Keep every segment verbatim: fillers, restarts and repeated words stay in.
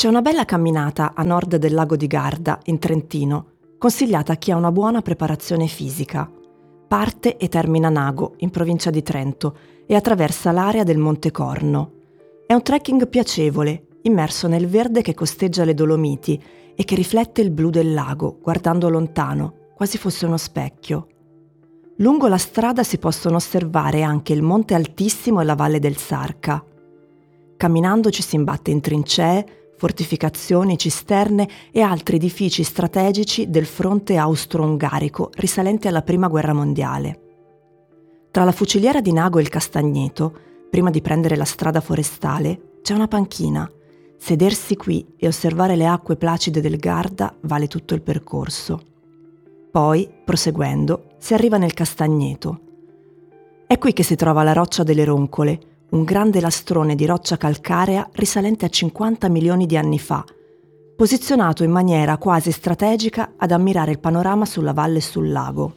C'è una bella camminata a nord del lago di Garda, in Trentino, consigliata a chi ha una buona preparazione fisica. Parte e termina a Nago, in provincia di Trento, e attraversa l'area del Monte Corno. È un trekking piacevole, immerso nel verde che costeggia le Dolomiti e che riflette il blu del lago, guardando lontano, quasi fosse uno specchio. Lungo la strada si possono osservare anche il Monte Altissimo e la Valle del Sarca. Camminando ci si imbatte in trincee, fortificazioni, cisterne e altri edifici strategici del fronte austro-ungarico risalenti alla Prima Guerra Mondiale. Tra la fuciliera di Nago e il Castagneto, prima di prendere la strada forestale, c'è una panchina. Sedersi qui e osservare le acque placide del Garda vale tutto il percorso. Poi, proseguendo, si arriva nel Castagneto. È qui che si trova la Roccia delle Roncole, un grande lastrone di roccia calcarea risalente a cinquanta milioni di anni fa, posizionato in maniera quasi strategica ad ammirare il panorama sulla valle e sul lago.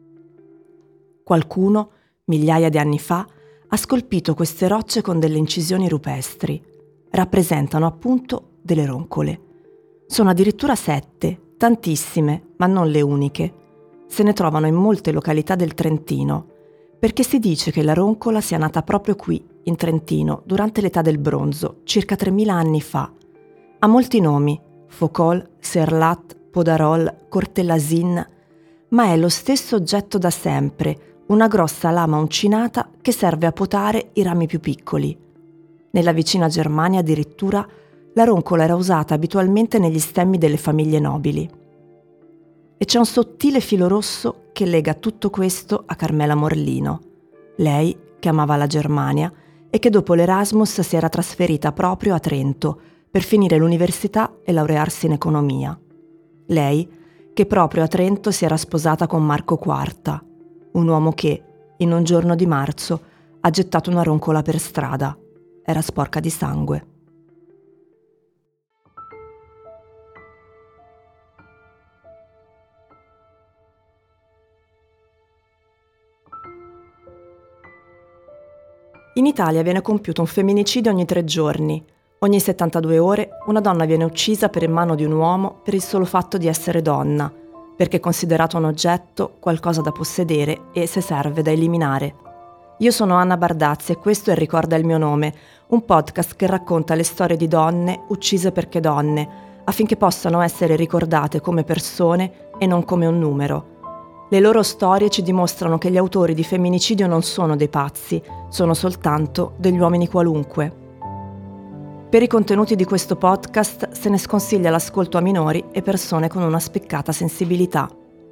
Qualcuno, migliaia di anni fa, ha scolpito queste rocce con delle incisioni rupestri. Rappresentano appunto delle roncole. Sono addirittura sette, tantissime, ma non le uniche. Se ne trovano in molte località del Trentino, perché si dice che la roncola sia nata proprio qui, in Trentino, durante l'età del bronzo, circa tremila anni fa. Ha molti nomi: Focol, Serlat, Podarol, Cortellasin, ma è lo stesso oggetto da sempre, una grossa lama uncinata che serve a potare i rami più piccoli. Nella vicina Germania, addirittura, la roncola era usata abitualmente negli stemmi delle famiglie nobili. E c'è un sottile filo rosso che lega tutto questo a Carmela Morlino, lei che amava la Germania e che dopo l'Erasmus si era trasferita proprio a Trento per finire l'università e laurearsi in economia. Lei che proprio a Trento si era sposata con Marco Quarta, un uomo che, in un giorno di marzo, ha gettato una roncola per strada. Era sporca di sangue. In Italia viene compiuto un femminicidio ogni tre giorni. Ogni settantadue ore una donna viene uccisa per mano di un uomo per il solo fatto di essere donna, perché è considerato un oggetto, qualcosa da possedere e, se serve, da eliminare. Io sono Anna Bardazzi e questo è Ricorda il mio nome, un podcast che racconta le storie di donne uccise perché donne, affinché possano essere ricordate come persone e non come un numero. Le loro storie ci dimostrano che gli autori di femminicidio non sono dei pazzi, sono soltanto degli uomini qualunque. Per i contenuti di questo podcast se ne sconsiglia l'ascolto a minori e persone con una spiccata sensibilità.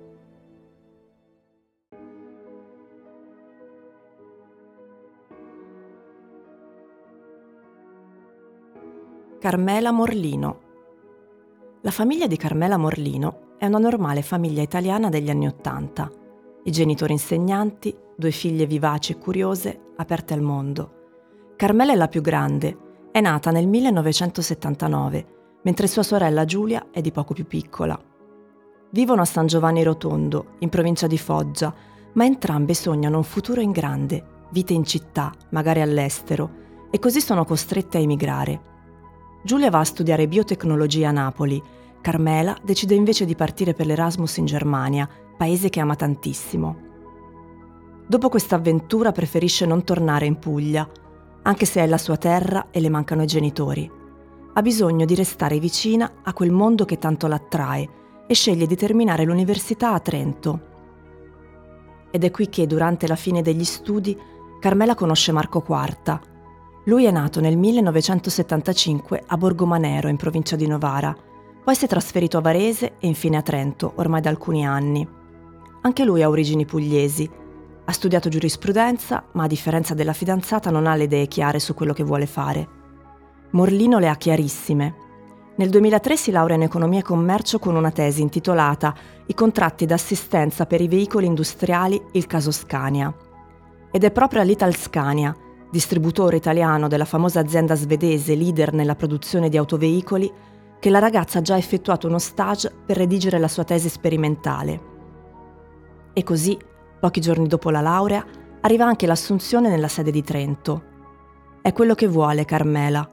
Carmela Morlino. La famiglia di Carmela Morlino è una normale famiglia italiana degli anni Ottanta. I genitori insegnanti, due figlie vivaci e curiose, aperte al mondo. Carmela è la più grande, è nata nel millenovecentosettantanove, mentre sua sorella Giulia è di poco più piccola. Vivono a San Giovanni Rotondo, in provincia di Foggia, ma entrambe sognano un futuro in grande, vite in città, magari all'estero, e così sono costrette a emigrare. Giulia va a studiare biotecnologia a Napoli. Carmela decide invece di partire per l'Erasmus in Germania, paese che ama tantissimo. Dopo questa avventura preferisce non tornare in Puglia, anche se è la sua terra e le mancano i genitori. Ha bisogno di restare vicina a quel mondo che tanto l'attrae e sceglie di terminare l'università a Trento. Ed è qui che, durante la fine degli studi, Carmela conosce Marco Quarta. Lui è nato nel millenovecentosettantacinque a Borgomanero, in provincia di Novara. Poi si è trasferito a Varese e infine a Trento, ormai da alcuni anni. Anche lui ha origini pugliesi. Ha studiato giurisprudenza, ma a differenza della fidanzata non ha le idee chiare su quello che vuole fare. Morlino le ha chiarissime. Nel duemilatré si laurea in economia e commercio con una tesi intitolata I contratti d'assistenza per i veicoli industriali, il caso Scania. Ed è proprio all'Italscania, distributore italiano della famosa azienda svedese leader nella produzione di autoveicoli, che la ragazza ha già effettuato uno stage per redigere la sua tesi sperimentale. E così, pochi giorni dopo la laurea, arriva anche l'assunzione nella sede di Trento. È quello che vuole Carmela.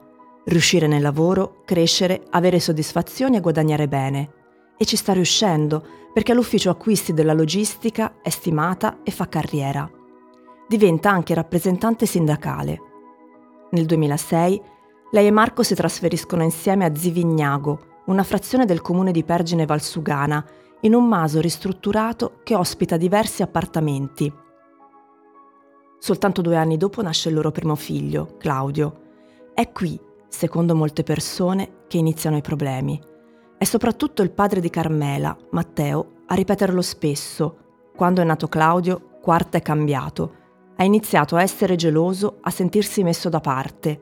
Riuscire nel lavoro, crescere, avere soddisfazioni e guadagnare bene. E ci sta riuscendo, perché all'ufficio acquisti della logistica è stimata e fa carriera. Diventa anche rappresentante sindacale. Nel duemilasei lei e Marco si trasferiscono insieme a Zivignago, una frazione del comune di Pergine Valsugana, in un maso ristrutturato che ospita diversi appartamenti. Soltanto due anni dopo nasce il loro primo figlio, Claudio. È qui, secondo molte persone, che iniziano i problemi. È soprattutto il padre di Carmela, Matteo, a ripeterlo spesso. Quando è nato Claudio, Quarta è cambiato. Ha iniziato a essere geloso, a sentirsi messo da parte.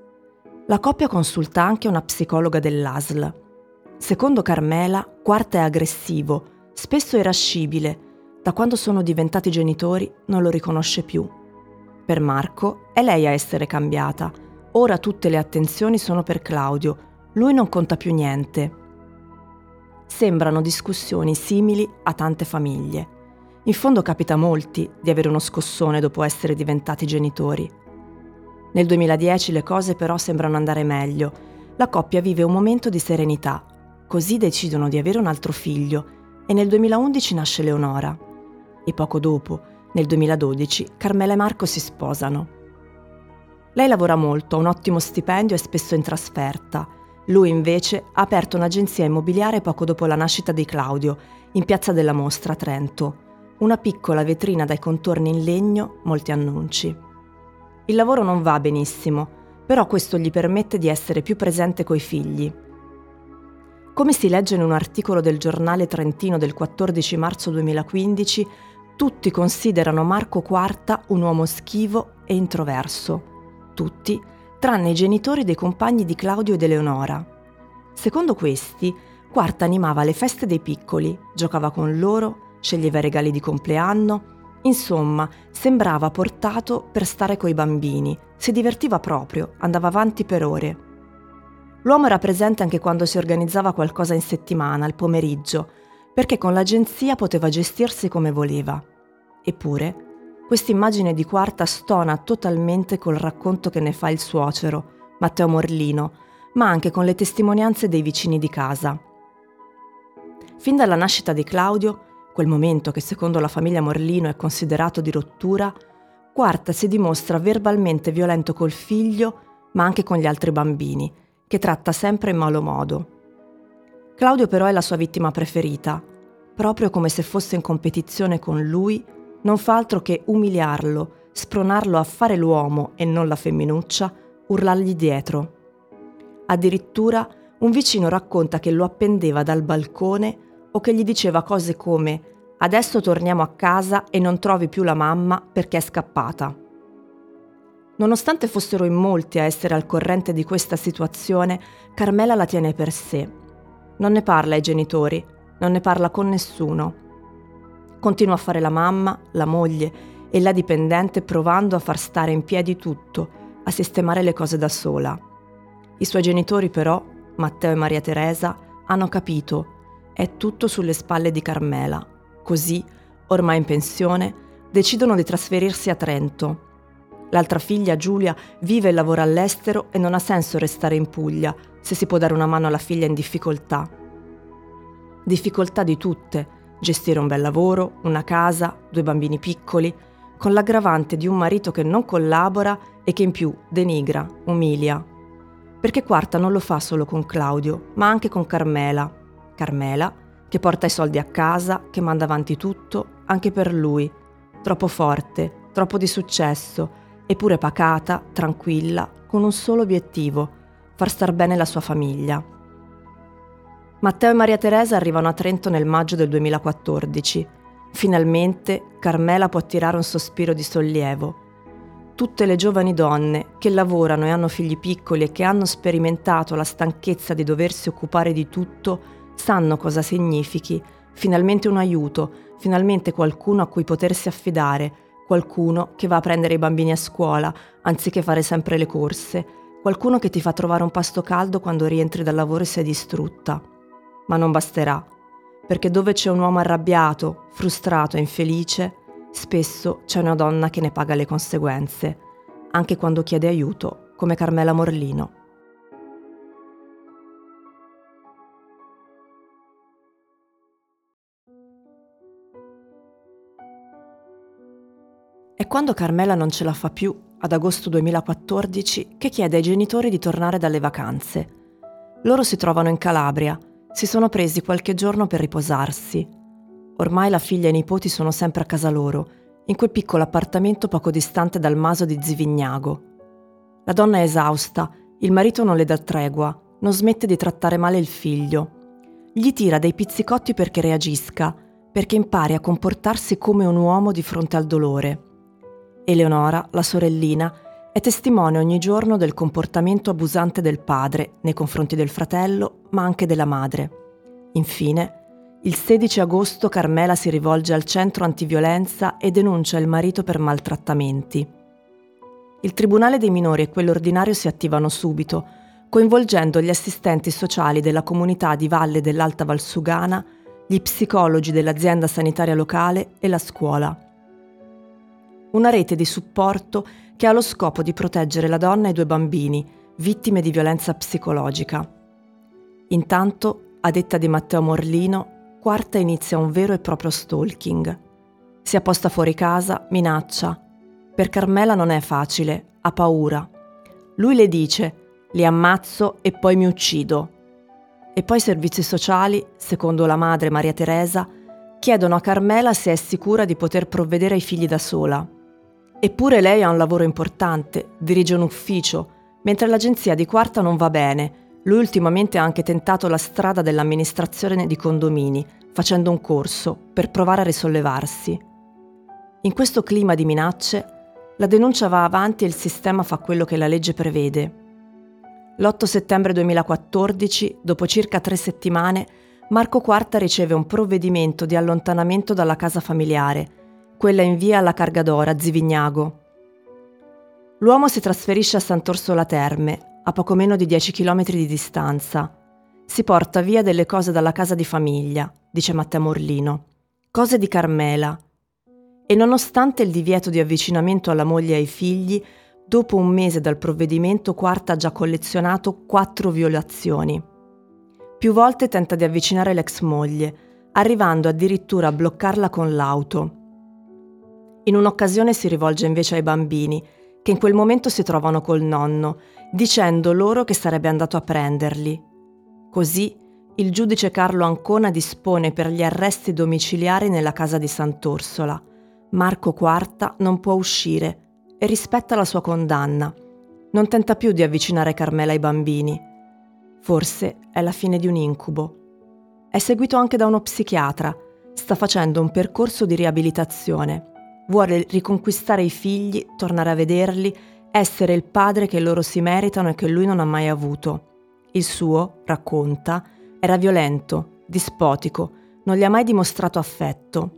La coppia consulta anche una psicologa dell'A S L. Secondo Carmela, Quarta è aggressivo, spesso irascibile. Da quando sono diventati genitori non lo riconosce più. Per Marco è lei a essere cambiata. Ora tutte le attenzioni sono per Claudio. Lui non conta più niente. Sembrano discussioni simili a tante famiglie. In fondo capita a molti di avere uno scossone dopo essere diventati genitori. Nel duemiladieci le cose però sembrano andare meglio. La coppia vive un momento di serenità. Così decidono di avere un altro figlio e nel duemilaundici nasce Leonora. E poco dopo, nel duemiladodici, Carmela e Marco si sposano. Lei lavora molto, ha un ottimo stipendio e spesso in trasferta. Lui invece ha aperto un'agenzia immobiliare poco dopo la nascita di Claudio, in Piazza della Mostra, a Trento. Una piccola vetrina dai contorni in legno, molti annunci. Il lavoro non va benissimo, però questo gli permette di essere più presente coi figli. Come si legge in un articolo del giornale trentino del quattordici marzo duemilaquindici, tutti considerano Marco Quarta un uomo schivo e introverso. Tutti, tranne i genitori dei compagni di Claudio ed Eleonora. Secondo questi, Quarta animava le feste dei piccoli, giocava con loro, sceglieva i regali di compleanno, insomma, sembrava portato per stare coi bambini, si divertiva proprio, andava avanti per ore. L'uomo era presente anche quando si organizzava qualcosa in settimana, al pomeriggio, perché con l'agenzia poteva gestirsi come voleva. Eppure, questa immagine di Quarta stona totalmente col racconto che ne fa il suocero, Matteo Morlino, ma anche con le testimonianze dei vicini di casa. Fin dalla nascita di Claudio, quel momento che secondo la famiglia Morlino è considerato di rottura, Quarta si dimostra verbalmente violento col figlio, ma anche con gli altri bambini, che tratta sempre in malo modo. Claudio però è la sua vittima preferita. Proprio come se fosse in competizione con lui, non fa altro che umiliarlo, spronarlo a fare l'uomo e non la femminuccia, urlargli dietro. Addirittura un vicino racconta che lo appendeva dal balcone o che gli diceva cose come «Adesso torniamo a casa e non trovi più la mamma perché è scappata». Nonostante fossero in molti a essere al corrente di questa situazione, Carmela la tiene per sé. Non ne parla ai genitori, non ne parla con nessuno. Continua a fare la mamma, la moglie e la dipendente provando a far stare in piedi tutto, a sistemare le cose da sola. I suoi genitori però, Matteo e Maria Teresa, hanno capito. È tutto sulle spalle di Carmela. Così, ormai in pensione, decidono di trasferirsi a Trento. L'altra figlia, Giulia, vive e lavora all'estero e non ha senso restare in Puglia se si può dare una mano alla figlia in difficoltà. Difficoltà di tutte, gestire un bel lavoro, una casa, due bambini piccoli, con l'aggravante di un marito che non collabora e che in più denigra, umilia. Perché Quarta non lo fa solo con Claudio, ma anche con Carmela. Carmela, che porta i soldi a casa, che manda avanti tutto, anche per lui. Troppo forte, troppo di successo, eppure pacata, tranquilla, con un solo obiettivo, far star bene la sua famiglia. Matteo e Maria Teresa arrivano a Trento nel maggio del duemilaquattordici. Finalmente Carmela può tirare un sospiro di sollievo. Tutte le giovani donne che lavorano e hanno figli piccoli e che hanno sperimentato la stanchezza di doversi occupare di tutto sanno cosa significhi, finalmente un aiuto, finalmente qualcuno a cui potersi affidare, qualcuno che va a prendere i bambini a scuola anziché fare sempre le corse, qualcuno che ti fa trovare un pasto caldo quando rientri dal lavoro e sei distrutta. Ma non basterà, perché dove c'è un uomo arrabbiato, frustrato e infelice, spesso c'è una donna che ne paga le conseguenze, anche quando chiede aiuto, come Carmela Morlino. È quando Carmela non ce la fa più, ad agosto duemilaquattordici, che chiede ai genitori di tornare dalle vacanze. Loro si trovano in Calabria, si sono presi qualche giorno per riposarsi. Ormai la figlia e i nipoti sono sempre a casa loro, in quel piccolo appartamento poco distante dal maso di Zivignago. La donna è esausta, il marito non le dà tregua, non smette di trattare male il figlio. Gli tira dei pizzicotti perché reagisca, perché impari a comportarsi come un uomo di fronte al dolore. Eleonora, la sorellina, è testimone ogni giorno del comportamento abusante del padre nei confronti del fratello, ma anche della madre. Infine, il sedici agosto Carmela si rivolge al centro antiviolenza e denuncia il marito per maltrattamenti. Il Tribunale dei minori e quello ordinario si attivano subito, coinvolgendo gli assistenti sociali della comunità di Valle dell'Alta Valsugana, gli psicologi dell'azienda sanitaria locale e la scuola. Una rete di supporto che ha lo scopo di proteggere la donna e i due bambini, vittime di violenza psicologica. Intanto, a detta di Matteo Morlino, Quarta inizia un vero e proprio stalking. Si apposta fuori casa, minaccia. Per Carmela non è facile, ha paura. Lui le dice: li ammazzo e poi mi uccido. E poi i servizi sociali, secondo la madre Maria Teresa, chiedono a Carmela se è sicura di poter provvedere ai figli da sola. Eppure lei ha un lavoro importante, dirige un ufficio, mentre l'agenzia di Quarta non va bene. Lui ultimamente ha anche tentato la strada dell'amministrazione di condomini, facendo un corso per provare a risollevarsi. In questo clima di minacce, la denuncia va avanti e il sistema fa quello che la legge prevede. L'otto settembre duemilaquattordici, dopo circa tre settimane, Marco Quarta riceve un provvedimento di allontanamento dalla casa familiare, quella in via alla Cargadora, a Zivignago. L'uomo si trasferisce a Sant'Orsola Terme, a poco meno di dieci chilometri di distanza. Si porta via delle cose dalla casa di famiglia, dice Matteo Morlino, cose di Carmela. E nonostante il divieto di avvicinamento alla moglie e ai figli, dopo un mese dal provvedimento Quarta ha già collezionato quattro violazioni. Più volte tenta di avvicinare l'ex moglie, arrivando addirittura a bloccarla con l'auto. In un'occasione si rivolge invece ai bambini, che in quel momento si trovano col nonno, dicendo loro che sarebbe andato a prenderli. Così il giudice Carlo Ancona dispone per gli arresti domiciliari nella casa di Sant'Orsola. Marco Quarta non può uscire e rispetta la sua condanna. Non tenta più di avvicinare Carmela ai bambini. Forse è la fine di un incubo. È seguito anche da uno psichiatra, sta facendo un percorso di riabilitazione. Vuole riconquistare i figli, tornare a vederli, essere il padre che loro si meritano e che lui non ha mai avuto. Il suo, racconta, era violento, dispotico, non gli ha mai dimostrato affetto.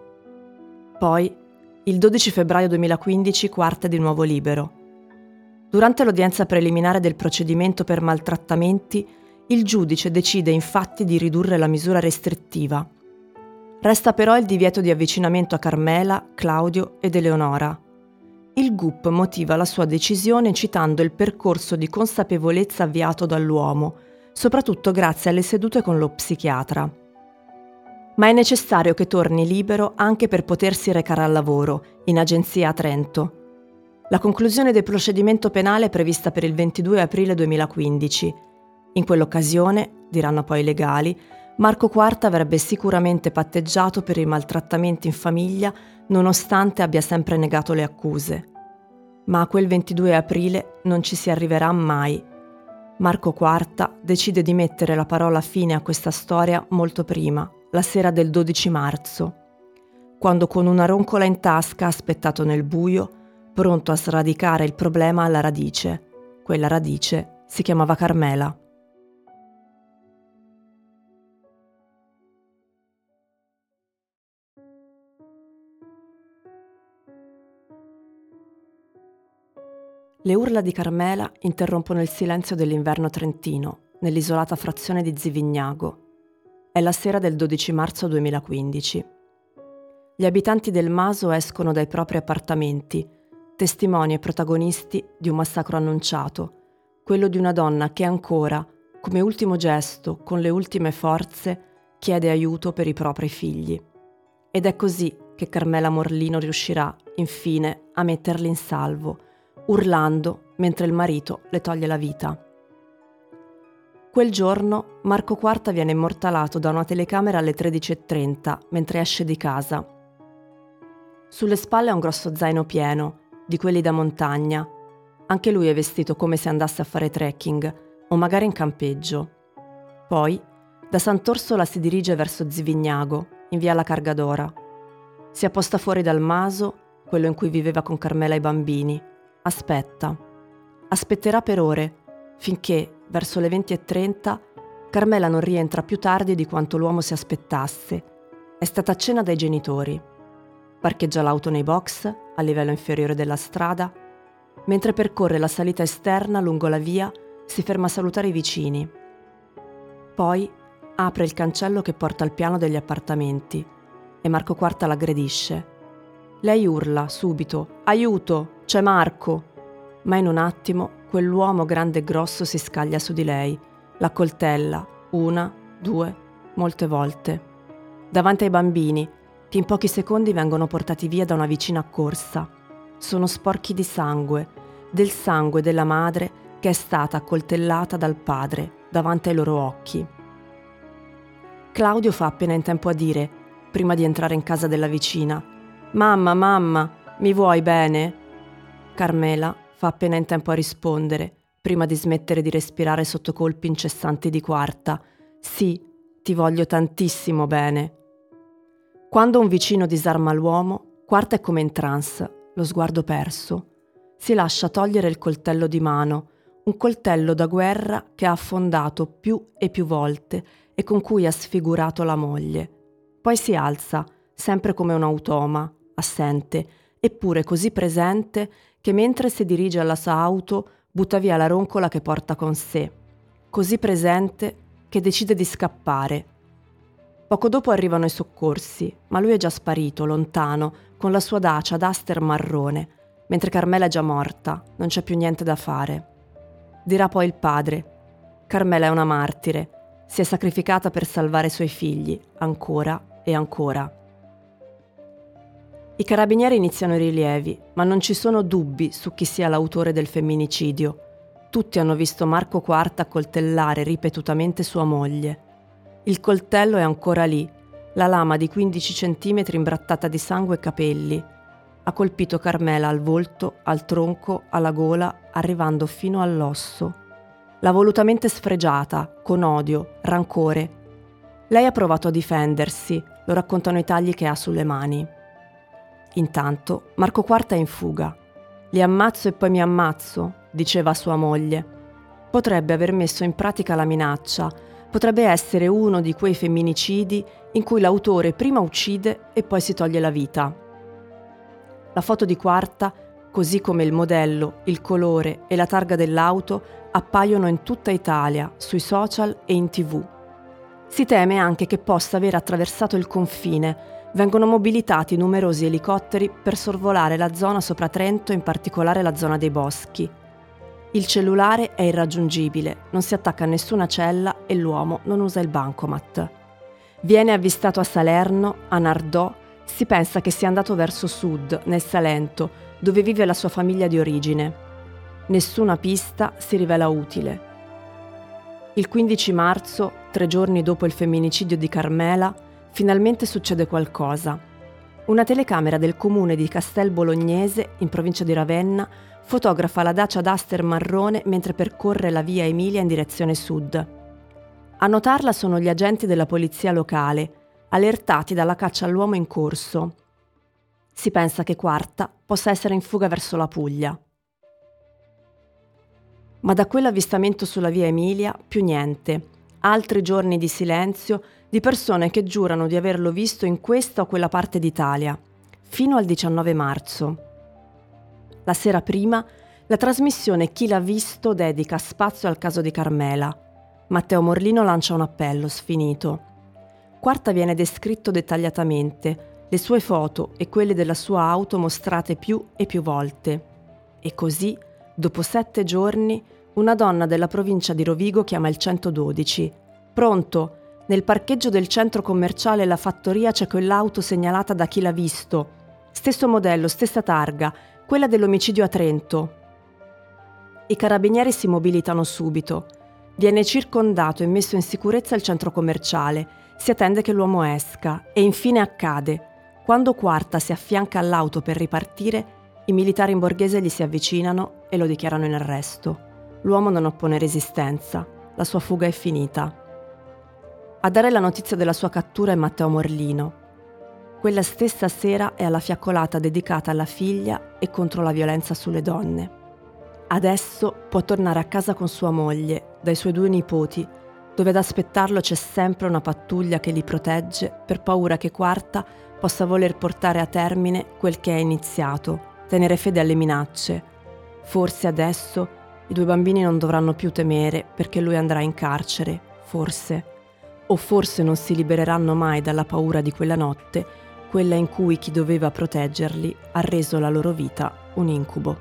Poi, il dodici febbraio duemilaquindici, Quarta è di nuovo libero. Durante l'udienza preliminare del procedimento per maltrattamenti, il giudice decide infatti di ridurre la misura restrittiva. Resta però il divieto di avvicinamento a Carmela, Claudio ed Eleonora. Il G U P motiva la sua decisione citando il percorso di consapevolezza avviato dall'uomo, soprattutto grazie alle sedute con lo psichiatra. Ma è necessario che torni libero anche per potersi recare al lavoro, in agenzia a Trento. La conclusione del procedimento penale è prevista per il ventidue aprile duemilaquindici. In quell'occasione, diranno poi i legali, Marco Quarta avrebbe sicuramente patteggiato per i maltrattamenti in famiglia, nonostante abbia sempre negato le accuse. Ma a quel ventidue aprile non ci si arriverà mai. Marco Quarta decide di mettere la parola fine a questa storia molto prima, la sera del dodici marzo, quando con una roncola in tasca ha aspettato nel buio, pronto a sradicare il problema alla radice. Quella radice si chiamava Carmela. Le urla di Carmela interrompono il silenzio dell'inverno trentino, nell'isolata frazione di Zivignago. È la sera del dodici marzo duemilaquindici. Gli abitanti del Maso escono dai propri appartamenti, testimoni e protagonisti di un massacro annunciato, quello di una donna che ancora, come ultimo gesto, con le ultime forze, chiede aiuto per i propri figli. Ed è così che Carmela Morlino riuscirà, infine, a metterli in salvo, urlando mentre il marito le toglie la vita. Quel giorno Marco Quarta viene immortalato da una telecamera alle tredici e trenta mentre esce di casa. Sulle spalle ha un grosso zaino pieno, di quelli da montagna. Anche lui è vestito come se andasse a fare trekking, o magari in campeggio. Poi, da Sant'Orsola si dirige verso Zivignago, in via La Cargadora. Si apposta fuori dal Maso, quello in cui viveva con Carmela e i bambini. Aspetta. Aspetterà per ore, finché, verso le venti e trenta, Carmela non rientra più tardi di quanto l'uomo si aspettasse. È stata a cena dai genitori. Parcheggia l'auto nei box, a livello inferiore della strada. Mentre percorre la salita esterna lungo la via, si ferma a salutare i vicini. Poi apre il cancello che porta al piano degli appartamenti e Marco Quarta l'aggredisce. Lei urla subito: «Aiuto! C'è Marco!» Ma in un attimo quell'uomo grande e grosso si scaglia su di lei, la coltella, una, due, molte volte. Davanti ai bambini, che in pochi secondi vengono portati via da una vicina accorsa. Sono sporchi di sangue, del sangue della madre che è stata accoltellata dal padre davanti ai loro occhi. Claudio fa appena in tempo a dire, prima di entrare in casa della vicina: «Mamma, mamma, mi vuoi bene?» Carmela fa appena in tempo a rispondere, prima di smettere di respirare sotto colpi incessanti di Quarta: «Sì, ti voglio tantissimo bene». Quando un vicino disarma l'uomo, Quarta è come in trance, lo sguardo perso. Si lascia togliere il coltello di mano, un coltello da guerra che ha affondato più e più volte e con cui ha sfigurato la moglie. Poi si alza, sempre come un automa, assente, eppure così presente che mentre si dirige alla sua auto butta via la roncola che porta con sé. Così presente che decide di scappare. Poco dopo arrivano i soccorsi, ma lui è già sparito, lontano, con la sua Dacia Duster marrone, mentre Carmela è già morta, non c'è più niente da fare. Dirà poi il padre: «Carmela è una martire, si è sacrificata per salvare i suoi figli, ancora e ancora». I carabinieri iniziano i rilievi, ma non ci sono dubbi su chi sia l'autore del femminicidio. Tutti hanno visto Marco Quarta accoltellare ripetutamente sua moglie. Il coltello è ancora lì, la lama di quindici centimetri imbrattata di sangue e capelli. Ha colpito Carmela al volto, al tronco, alla gola, arrivando fino all'osso. L'ha volutamente sfregiata, con odio, rancore. Lei ha provato a difendersi, lo raccontano i tagli che ha sulle mani. Intanto Marco Quarta è in fuga. «Li ammazzo e poi mi ammazzo», diceva a sua moglie. Potrebbe aver messo in pratica la minaccia, potrebbe essere uno di quei femminicidi in cui l'autore prima uccide e poi si toglie la vita. La foto di Quarta, così come il modello, il colore e la targa dell'auto, appaiono in tutta Italia, sui social e in tivù. Si teme anche che possa aver attraversato il confine. Vengono mobilitati numerosi elicotteri per sorvolare la zona sopra Trento, in particolare la zona dei boschi. Il cellulare è irraggiungibile, non si attacca a nessuna cella e l'uomo non usa il bancomat. Viene avvistato a Salerno, a Nardò, si pensa che sia andato verso sud, nel Salento, dove vive la sua famiglia di origine. Nessuna pista si rivela utile. Il quindici marzo, tre giorni dopo il femminicidio di Carmela, finalmente succede qualcosa. Una telecamera del comune di Castel Bolognese, in provincia di Ravenna, fotografa la Dacia Duster marrone mentre percorre la via Emilia in direzione sud. A notarla sono gli agenti della polizia locale, allertati dalla caccia all'uomo in corso. Si pensa che Quarta possa essere in fuga verso la Puglia. Ma da quell'avvistamento sulla via Emilia, più niente. Altri giorni di silenzio, di persone che giurano di averlo visto in questa o quella parte d'Italia, fino al diciannove marzo. La sera prima, la trasmissione Chi l'ha visto dedica spazio al caso di Carmela. Matteo Morlino lancia un appello sfinito. Quarta viene descritto dettagliatamente, le sue foto e quelle della sua auto mostrate più e più volte. E così, dopo sette giorni, una donna della provincia di Rovigo chiama il centododici. «Pronto? Nel parcheggio del centro commerciale La Fattoria c'è quell'auto segnalata da chi l'ha visto. Stesso modello, stessa targa, quella dell'omicidio a Trento. I carabinieri si mobilitano subito. Viene circondato e messo in sicurezza il centro commerciale. Si attende che l'uomo esca e infine accade. Quando Quarta si affianca all'auto per ripartire, i militari in borghese gli si avvicinano e lo dichiarano in arresto. L'uomo non oppone resistenza. La sua fuga è finita. A dare la notizia della sua cattura è Matteo Morlino. Quella stessa sera è alla fiaccolata dedicata alla figlia e contro la violenza sulle donne. Adesso può tornare a casa con sua moglie, dai suoi due nipoti, dove ad aspettarlo c'è sempre una pattuglia che li protegge per paura che Quarta possa voler portare a termine quel che è iniziato, tenere fede alle minacce. Forse adesso i due bambini non dovranno più temere perché lui andrà in carcere, forse. O forse non si libereranno mai dalla paura di quella notte, quella in cui chi doveva proteggerli ha reso la loro vita un incubo.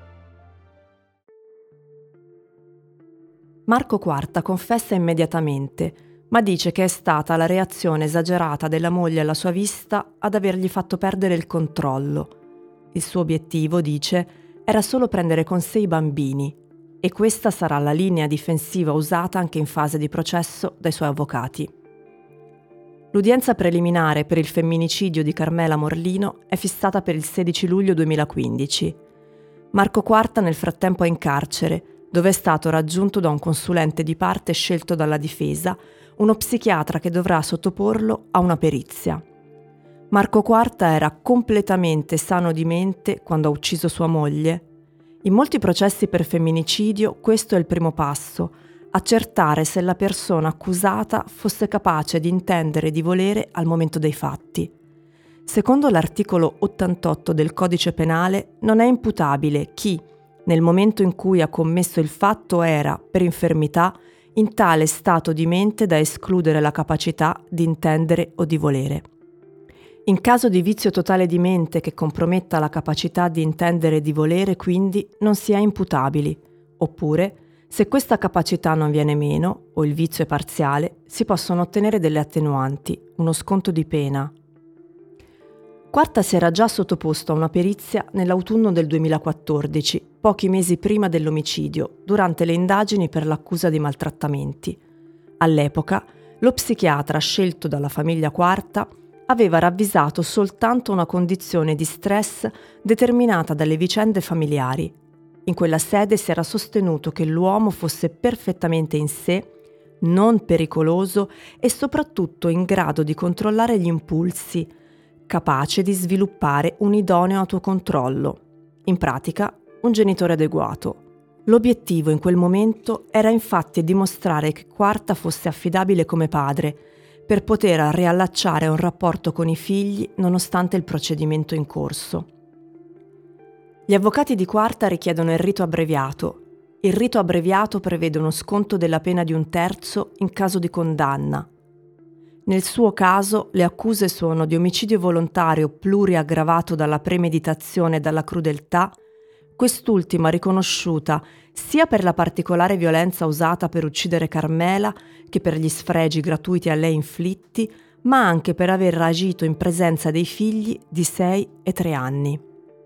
Marco Quarta confessa immediatamente, ma dice che è stata la reazione esagerata della moglie alla sua vista ad avergli fatto perdere il controllo. Il suo obiettivo, dice, era solo prendere con sé i bambini, e questa sarà la linea difensiva usata anche in fase di processo dai suoi avvocati. L'udienza preliminare per il femminicidio di Carmela Morlino è fissata per il sedici luglio duemilaquindici. Marco Quarta nel frattempo è in carcere, dove è stato raggiunto da un consulente di parte scelto dalla difesa, uno psichiatra che dovrà sottoporlo a una perizia. Marco Quarta era completamente sano di mente quando ha ucciso sua moglie. In molti processi per femminicidio questo è il primo passo, accertare se la persona accusata fosse capace di intendere e di volere al momento dei fatti. Secondo l'articolo ottantotto del Codice Penale non è imputabile chi, nel momento in cui ha commesso il fatto, era, per infermità, in tale stato di mente da escludere la capacità di intendere o di volere. In caso di vizio totale di mente che comprometta la capacità di intendere e di volere, quindi, non si è imputabili, oppure, se questa capacità non viene meno, o il vizio è parziale, si possono ottenere delle attenuanti, uno sconto di pena. Quarta si era già sottoposto a una perizia nell'autunno del duemilaquattordici, pochi mesi prima dell'omicidio, durante le indagini per l'accusa di maltrattamenti. All'epoca, lo psichiatra scelto dalla famiglia Quarta aveva ravvisato soltanto una condizione di stress determinata dalle vicende familiari. In quella sede si era sostenuto che l'uomo fosse perfettamente in sé, non pericoloso e soprattutto in grado di controllare gli impulsi, capace di sviluppare un idoneo autocontrollo. In pratica, un genitore adeguato. L'obiettivo in quel momento era infatti dimostrare che Quarta fosse affidabile come padre, per poter riallacciare un rapporto con i figli nonostante il procedimento in corso. Gli avvocati di Quarta richiedono il rito abbreviato. Il rito abbreviato prevede uno sconto della pena di un terzo in caso di condanna. Nel suo caso le accuse sono di omicidio volontario pluriaggravato dalla premeditazione e dalla crudeltà, quest'ultima riconosciuta sia per la particolare violenza usata per uccidere Carmela che per gli sfregi gratuiti a lei inflitti, ma anche per aver agito in presenza dei figli di sei e tre anni.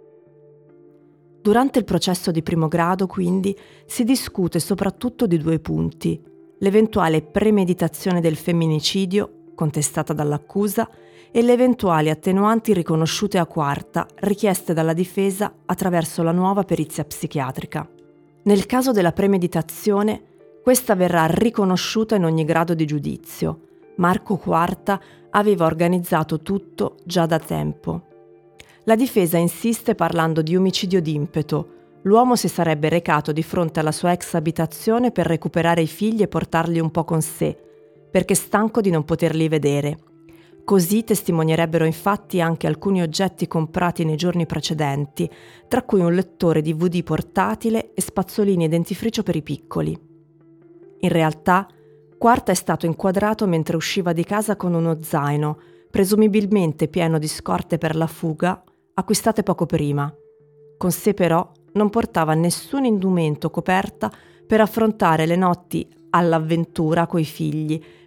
Durante il processo di primo grado, quindi, si discute soprattutto di due punti: l'eventuale premeditazione del femminicidio, contestata dall'accusa, e le eventuali attenuanti riconosciute a Quarta, richieste dalla difesa attraverso la nuova perizia psichiatrica. Nel caso della premeditazione, questa verrà riconosciuta in ogni grado di giudizio. Marco Quarta aveva organizzato tutto già da tempo. La difesa insiste parlando di omicidio d'impeto. L'uomo si sarebbe recato di fronte alla sua ex abitazione per recuperare i figli e portarli un po' con sé, perché stanco di non poterli vedere. Così testimonierebbero infatti anche alcuni oggetti comprati nei giorni precedenti, tra cui un lettore D V D portatile e spazzolini e dentifricio per i piccoli. In realtà, Quarta è stato inquadrato mentre usciva di casa con uno zaino, presumibilmente pieno di scorte per la fuga, acquistate poco prima. Con sé però non portava nessun indumento o coperta per affrontare le notti all'avventura coi figli,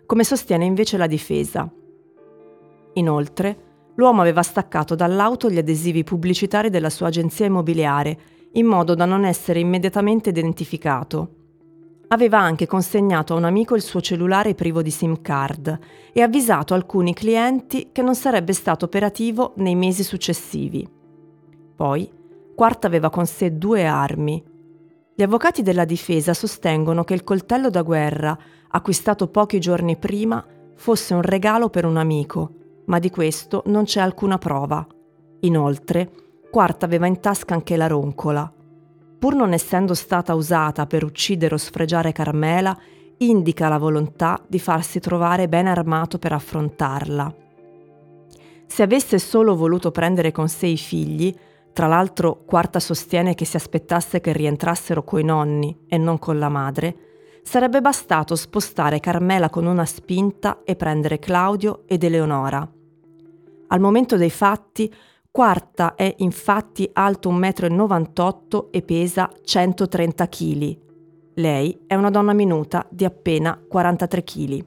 come sostiene invece la difesa. Inoltre, l'uomo aveva staccato dall'auto gli adesivi pubblicitari della sua agenzia immobiliare, in modo da non essere immediatamente identificato. Aveva anche consegnato a un amico il suo cellulare privo di SIM card e avvisato alcuni clienti che non sarebbe stato operativo nei mesi successivi. Poi, Quarta aveva con sé due armi. Gli avvocati della difesa sostengono che il coltello da guerra, acquistato pochi giorni prima, fosse un regalo per un amico, ma di questo non c'è alcuna prova. Inoltre, Quarta aveva in tasca anche la roncola. Pur non essendo stata usata per uccidere o sfregiare Carmela, indica la volontà di farsi trovare ben armato per affrontarla. Se avesse solo voluto prendere con sé i figli, tra l'altro Quarta sostiene che si aspettasse che rientrassero coi nonni e non con la madre, sarebbe bastato spostare Carmela con una spinta e prendere Claudio ed Eleonora. Al momento dei fatti, Quarta è infatti alto un metro e novantotto e pesa centotrenta chili. Lei è una donna minuta di appena quarantatré chili.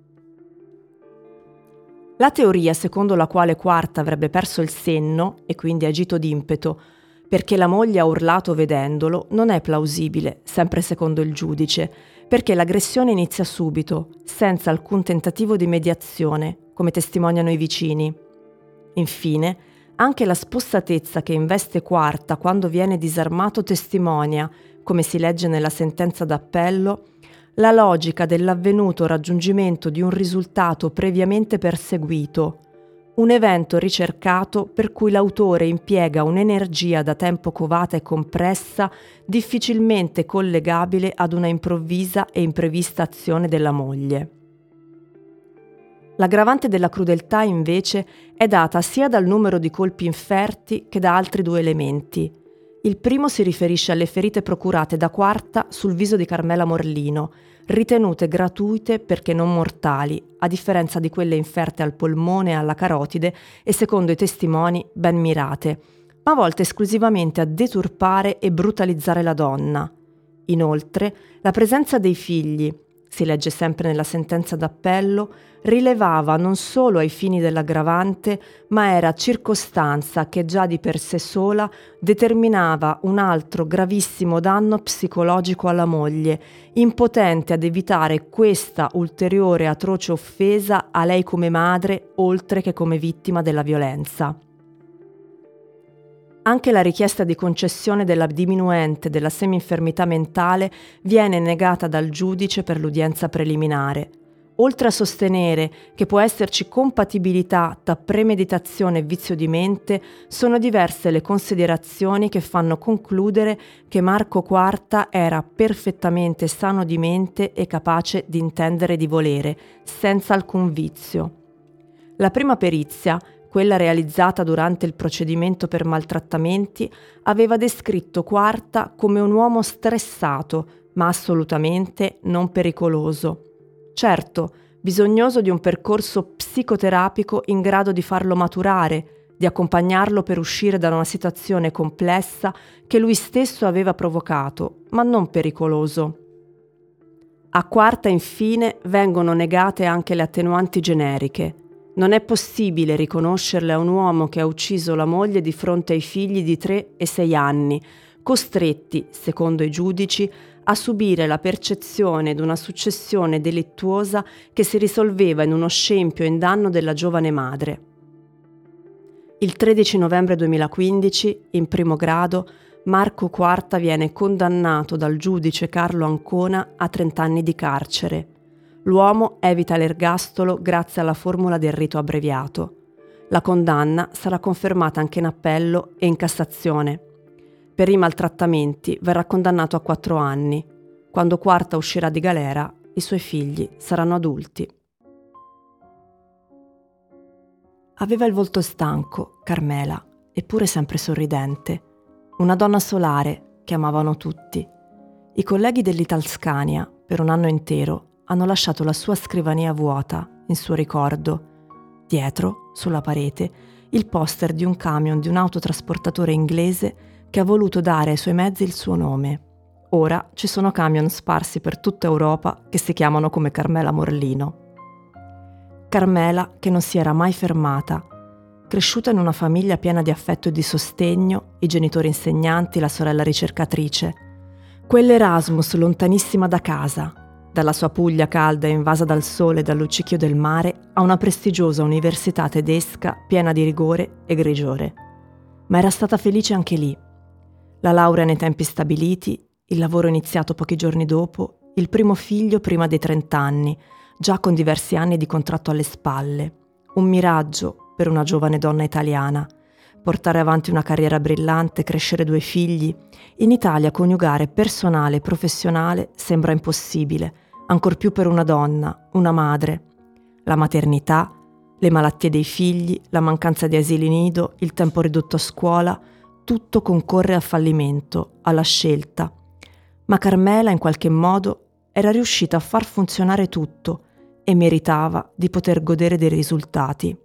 La teoria secondo la quale Quarta avrebbe perso il senno e quindi agito d'impeto perché la moglie ha urlato vedendolo non è plausibile, sempre secondo il giudice, perché l'aggressione inizia subito, senza alcun tentativo di mediazione, come testimoniano i vicini. Infine, anche la spossatezza che investe Quarta quando viene disarmato testimonia, come si legge nella sentenza d'appello, la logica dell'avvenuto raggiungimento di un risultato previamente perseguito, un evento ricercato per cui l'autore impiega un'energia da tempo covata e compressa difficilmente collegabile ad una improvvisa e imprevista azione della moglie. L'aggravante della crudeltà, invece, è data sia dal numero di colpi inferti che da altri due elementi. Il primo si riferisce alle ferite procurate da Quarta sul viso di Carmela Morlino, ritenute gratuite perché non mortali, a differenza di quelle inferte al polmone e alla carotide e, secondo i testimoni, ben mirate, ma volte esclusivamente a deturpare e brutalizzare la donna. Inoltre, la presenza dei figli, si legge sempre nella sentenza d'appello, rilevava non solo ai fini dell'aggravante, ma era circostanza che già di per sé sola determinava un altro gravissimo danno psicologico alla moglie, impotente ad evitare questa ulteriore atroce offesa a lei come madre, oltre che come vittima della violenza. Anche la richiesta di concessione della diminuente della semi-infermità mentale viene negata dal giudice per l'udienza preliminare. Oltre a sostenere che può esserci compatibilità tra premeditazione e vizio di mente, sono diverse le considerazioni che fanno concludere che Marco Quarta era perfettamente sano di mente e capace di intendere e di volere, senza alcun vizio. La prima perizia, quella realizzata durante il procedimento per maltrattamenti, aveva descritto Quarta come un uomo stressato, ma assolutamente non pericoloso. Certo, bisognoso di un percorso psicoterapico in grado di farlo maturare, di accompagnarlo per uscire da una situazione complessa che lui stesso aveva provocato, ma non pericoloso. A Quarta, infine, vengono negate anche le attenuanti generiche. Non è possibile riconoscerle a un uomo che ha ucciso la moglie di fronte ai figli di tre e sei anni, costretti, secondo i giudici, a subire la percezione di una successione delittuosa che si risolveva in uno scempio in danno della giovane madre. Il tredici novembre duemilaquindici, in primo grado, Marco Quarta viene condannato dal giudice Carlo Ancona a trenta anni di carcere. L'uomo evita l'ergastolo grazie alla formula del rito abbreviato. La condanna sarà confermata anche in appello e in Cassazione. Per i maltrattamenti verrà condannato a quattro anni. Quando Quarta uscirà di galera, i suoi figli saranno adulti. Aveva il volto stanco, Carmela, eppure sempre sorridente. Una donna solare che amavano tutti. I colleghi dell'Italscania, per un anno intero, hanno lasciato la sua scrivania vuota in suo ricordo. Dietro, sulla parete, il poster di un camion di un autotrasportatore inglese che ha voluto dare ai suoi mezzi il suo nome. Ora ci sono camion sparsi per tutta Europa che si chiamano come Carmela Morlino. Carmela che non si era mai fermata, cresciuta in una famiglia piena di affetto e di sostegno, i genitori insegnanti, la sorella ricercatrice. Quell'Erasmus lontanissima da casa, dalla sua Puglia calda e invasa dal sole e dal luccichio del mare, a una prestigiosa università tedesca piena di rigore e grigiore. Ma era stata felice anche lì. La laurea nei tempi stabiliti, il lavoro iniziato pochi giorni dopo, il primo figlio prima dei trent'anni, già con diversi anni di contratto alle spalle. Un miraggio per una giovane donna italiana. Portare avanti una carriera brillante, crescere due figli. In Italia coniugare personale e professionale sembra impossibile, ancor più per una donna, una madre. La maternità, le malattie dei figli, la mancanza di asili nido, il tempo ridotto a scuola, tutto concorre al fallimento, alla scelta. Ma Carmela in qualche modo era riuscita a far funzionare tutto e meritava di poter godere dei risultati.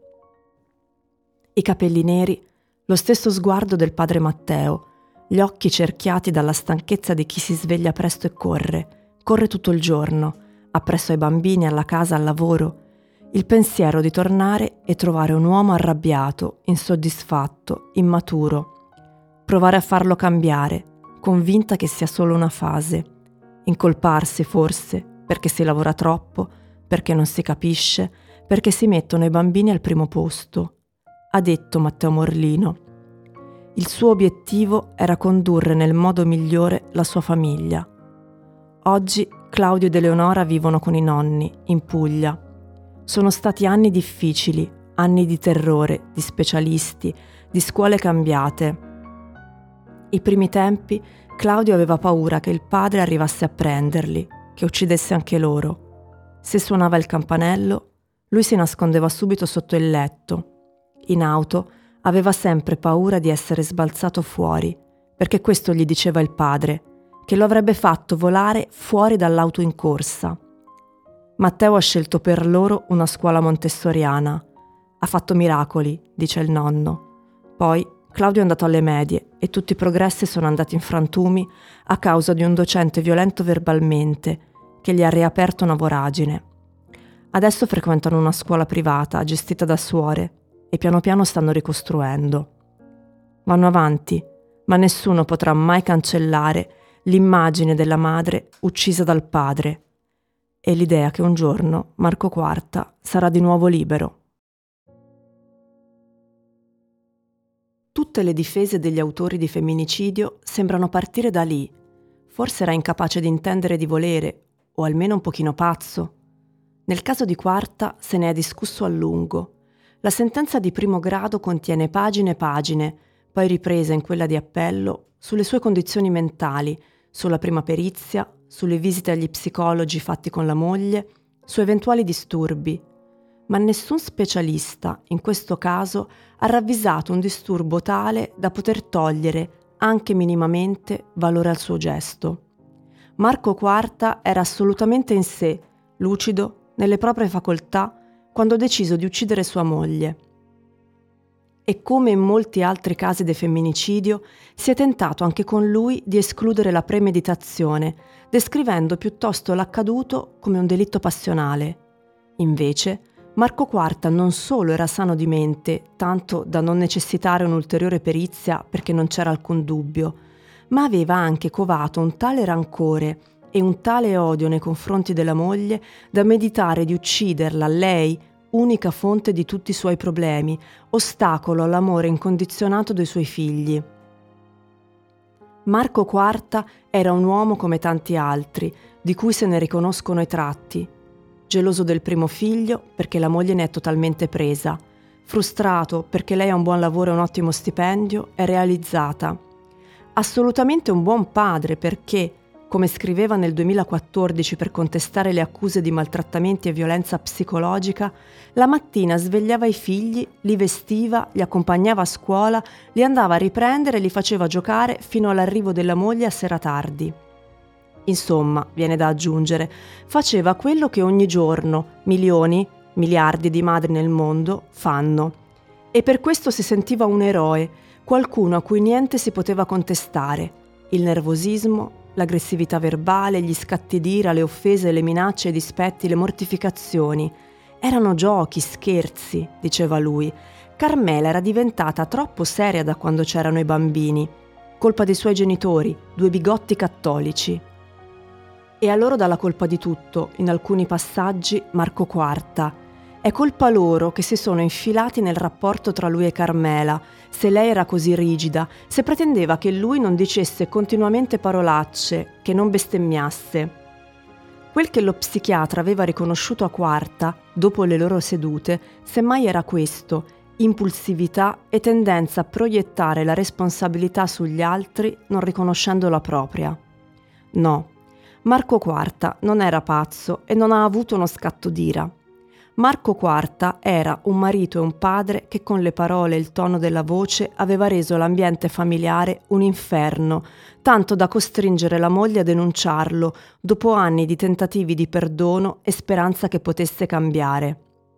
I capelli neri, lo stesso sguardo del padre Matteo, gli occhi cerchiati dalla stanchezza di chi si sveglia presto e corre, corre tutto il giorno, appresso ai bambini, alla casa, al lavoro, il pensiero di tornare e trovare un uomo arrabbiato, insoddisfatto, immaturo, provare a farlo cambiare, convinta che sia solo una fase, incolparsi forse perché si lavora troppo, perché non si capisce, perché si mettono i bambini al primo posto. Ha detto Matteo Morlino. Il suo obiettivo era condurre nel modo migliore la sua famiglia. Oggi Claudio ed Eleonora vivono con i nonni, in Puglia. Sono stati anni difficili, anni di terrore, di specialisti, di scuole cambiate. I primi tempi Claudio aveva paura che il padre arrivasse a prenderli, che uccidesse anche loro. Se suonava il campanello, lui si nascondeva subito sotto il letto. In auto aveva sempre paura di essere sbalzato fuori, perché questo gli diceva il padre, che lo avrebbe fatto volare fuori dall'auto in corsa. Matteo ha scelto per loro una scuola montessoriana. Ha fatto miracoli, dice il nonno. Poi Claudio è andato alle medie e tutti i progressi sono andati in frantumi a causa di un docente violento verbalmente che gli ha riaperto una voragine. Adesso frequentano una scuola privata gestita da suore e piano piano stanno ricostruendo. Vanno avanti, ma nessuno potrà mai cancellare l'immagine della madre uccisa dal padre e l'idea che un giorno Marco Quarta sarà di nuovo libero. Tutte le difese degli autori di femminicidio sembrano partire da lì. Forse era incapace di intendere di volere, o almeno un pochino pazzo. Nel caso di Quarta se ne è discusso a lungo. La sentenza di primo grado contiene pagine e pagine, poi ripresa in quella di appello, sulle sue condizioni mentali, sulla prima perizia, sulle visite agli psicologi fatti con la moglie, su eventuali disturbi. Ma nessun specialista, in questo caso, ha ravvisato un disturbo tale da poter togliere, anche minimamente, valore al suo gesto. Marco Quarta era assolutamente in sé, lucido, nelle proprie facoltà, quando ha deciso di uccidere sua moglie. E come in molti altri casi di femminicidio, si è tentato anche con lui di escludere la premeditazione, descrivendo piuttosto l'accaduto come un delitto passionale. Invece, Marco Quarta non solo era sano di mente, tanto da non necessitare un'ulteriore perizia perché non c'era alcun dubbio, ma aveva anche covato un tale rancore e un tale odio nei confronti della moglie da meditare di ucciderla, lei, unica fonte di tutti i suoi problemi, ostacolo all'amore incondizionato dei suoi figli. Marco Quarta era un uomo come tanti altri, di cui se ne riconoscono i tratti. Geloso del primo figlio perché la moglie ne è totalmente presa, frustrato perché lei ha un buon lavoro e un ottimo stipendio, è realizzata. Assolutamente un buon padre perché, come scriveva nel duemilaquattordici per contestare le accuse di maltrattamenti e violenza psicologica, la mattina svegliava i figli, li vestiva, li accompagnava a scuola, li andava a riprendere e li faceva giocare fino all'arrivo della moglie a sera tardi. Insomma, viene da aggiungere, faceva quello che ogni giorno milioni, miliardi di madri nel mondo fanno. E per questo si sentiva un eroe, qualcuno a cui niente si poteva contestare. Il nervosismo, l'aggressività verbale, gli scatti d'ira, le offese, le minacce, i dispetti, le mortificazioni. Erano giochi, scherzi, diceva lui. Carmela era diventata troppo seria da quando c'erano i bambini. Colpa dei suoi genitori, due bigotti cattolici. E a loro dà la colpa di tutto, in alcuni passaggi, Marco Quarta. È colpa loro che si sono infilati nel rapporto tra lui e Carmela, se lei era così rigida, se pretendeva che lui non dicesse continuamente parolacce, che non bestemmiasse. Quel che lo psichiatra aveva riconosciuto a Quarta, dopo le loro sedute, semmai era questo: impulsività e tendenza a proiettare la responsabilità sugli altri non riconoscendo la propria. No, Marco Quarta non era pazzo e non ha avuto uno scatto d'ira. Marco Quarta era un marito e un padre che con le parole e il tono della voce aveva reso l'ambiente familiare un inferno, tanto da costringere la moglie a denunciarlo dopo anni di tentativi di perdono e speranza che potesse cambiare.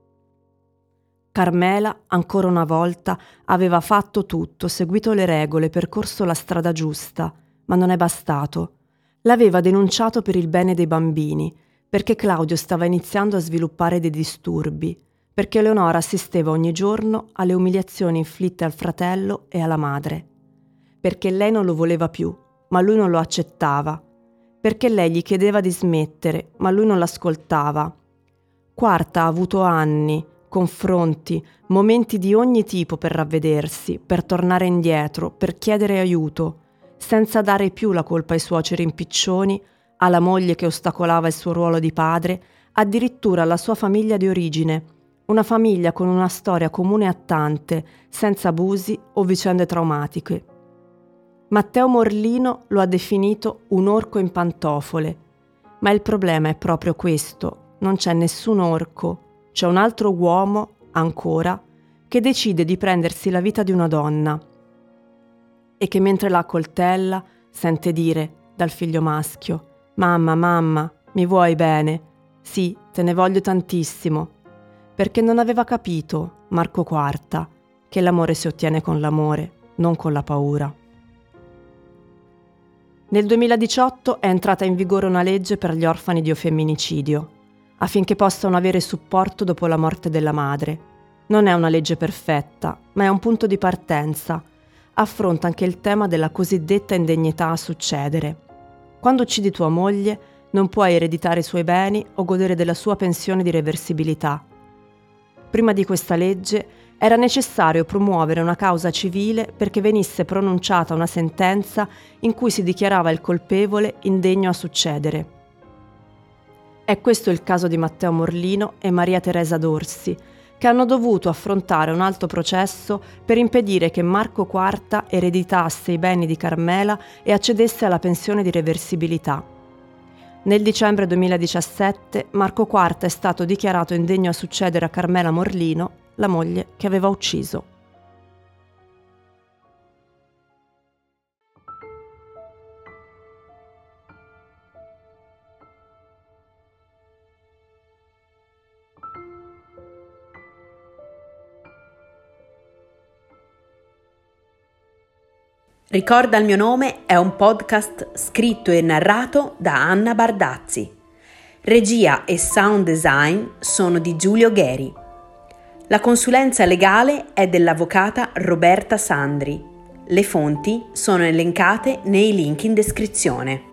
Carmela, ancora una volta, aveva fatto tutto, seguito le regole, percorso la strada giusta, ma non è bastato. L'aveva denunciato per il bene dei bambini, perché Claudio stava iniziando a sviluppare dei disturbi, perché Leonora assisteva ogni giorno alle umiliazioni inflitte al fratello e alla madre, perché lei non lo voleva più, ma lui non lo accettava, perché lei gli chiedeva di smettere, ma lui non l'ascoltava. Quarta ha avuto anni, confronti, momenti di ogni tipo per ravvedersi, per tornare indietro, per chiedere aiuto, senza dare più la colpa ai suoceri impiccioni, alla moglie che ostacolava il suo ruolo di padre, addirittura alla sua famiglia di origine, una famiglia con una storia comune a tante, senza abusi o vicende traumatiche. Matteo Morlino lo ha definito un orco in pantofole, ma il problema è proprio questo: non c'è nessun orco, c'è un altro uomo, ancora, che decide di prendersi la vita di una donna e che mentre la accoltella sente dire dal figlio maschio: «Mamma, mamma, mi vuoi bene? Sì, te ne voglio tantissimo», perché non aveva capito, Marco Quarta, che l'amore si ottiene con l'amore, non con la paura. Nel duemiladiciotto è entrata in vigore una legge per gli orfani di femminicidio, affinché possano avere supporto dopo la morte della madre. Non è una legge perfetta, ma è un punto di partenza. Affronta anche il tema della cosiddetta indegnità a succedere. Quando uccidi tua moglie, non puoi ereditare i suoi beni o godere della sua pensione di reversibilità. Prima di questa legge era necessario promuovere una causa civile perché venisse pronunciata una sentenza in cui si dichiarava il colpevole indegno a succedere. È questo il caso di Matteo Morlino e Maria Teresa Dorsi, che hanno dovuto affrontare un alto processo per impedire che Marco Quarta ereditasse i beni di Carmela e accedesse alla pensione di reversibilità. Nel dicembre duemiladiciassette Marco Quarta è stato dichiarato indegno a succedere a Carmela Morlino, la moglie che aveva ucciso. Ricorda il mio nome è un podcast scritto e narrato da Anna Bardazzi. Regia e sound design sono di Giulio Gheri. La consulenza legale è dell'avvocata Roberta Sandri. Le fonti sono elencate nei link in descrizione.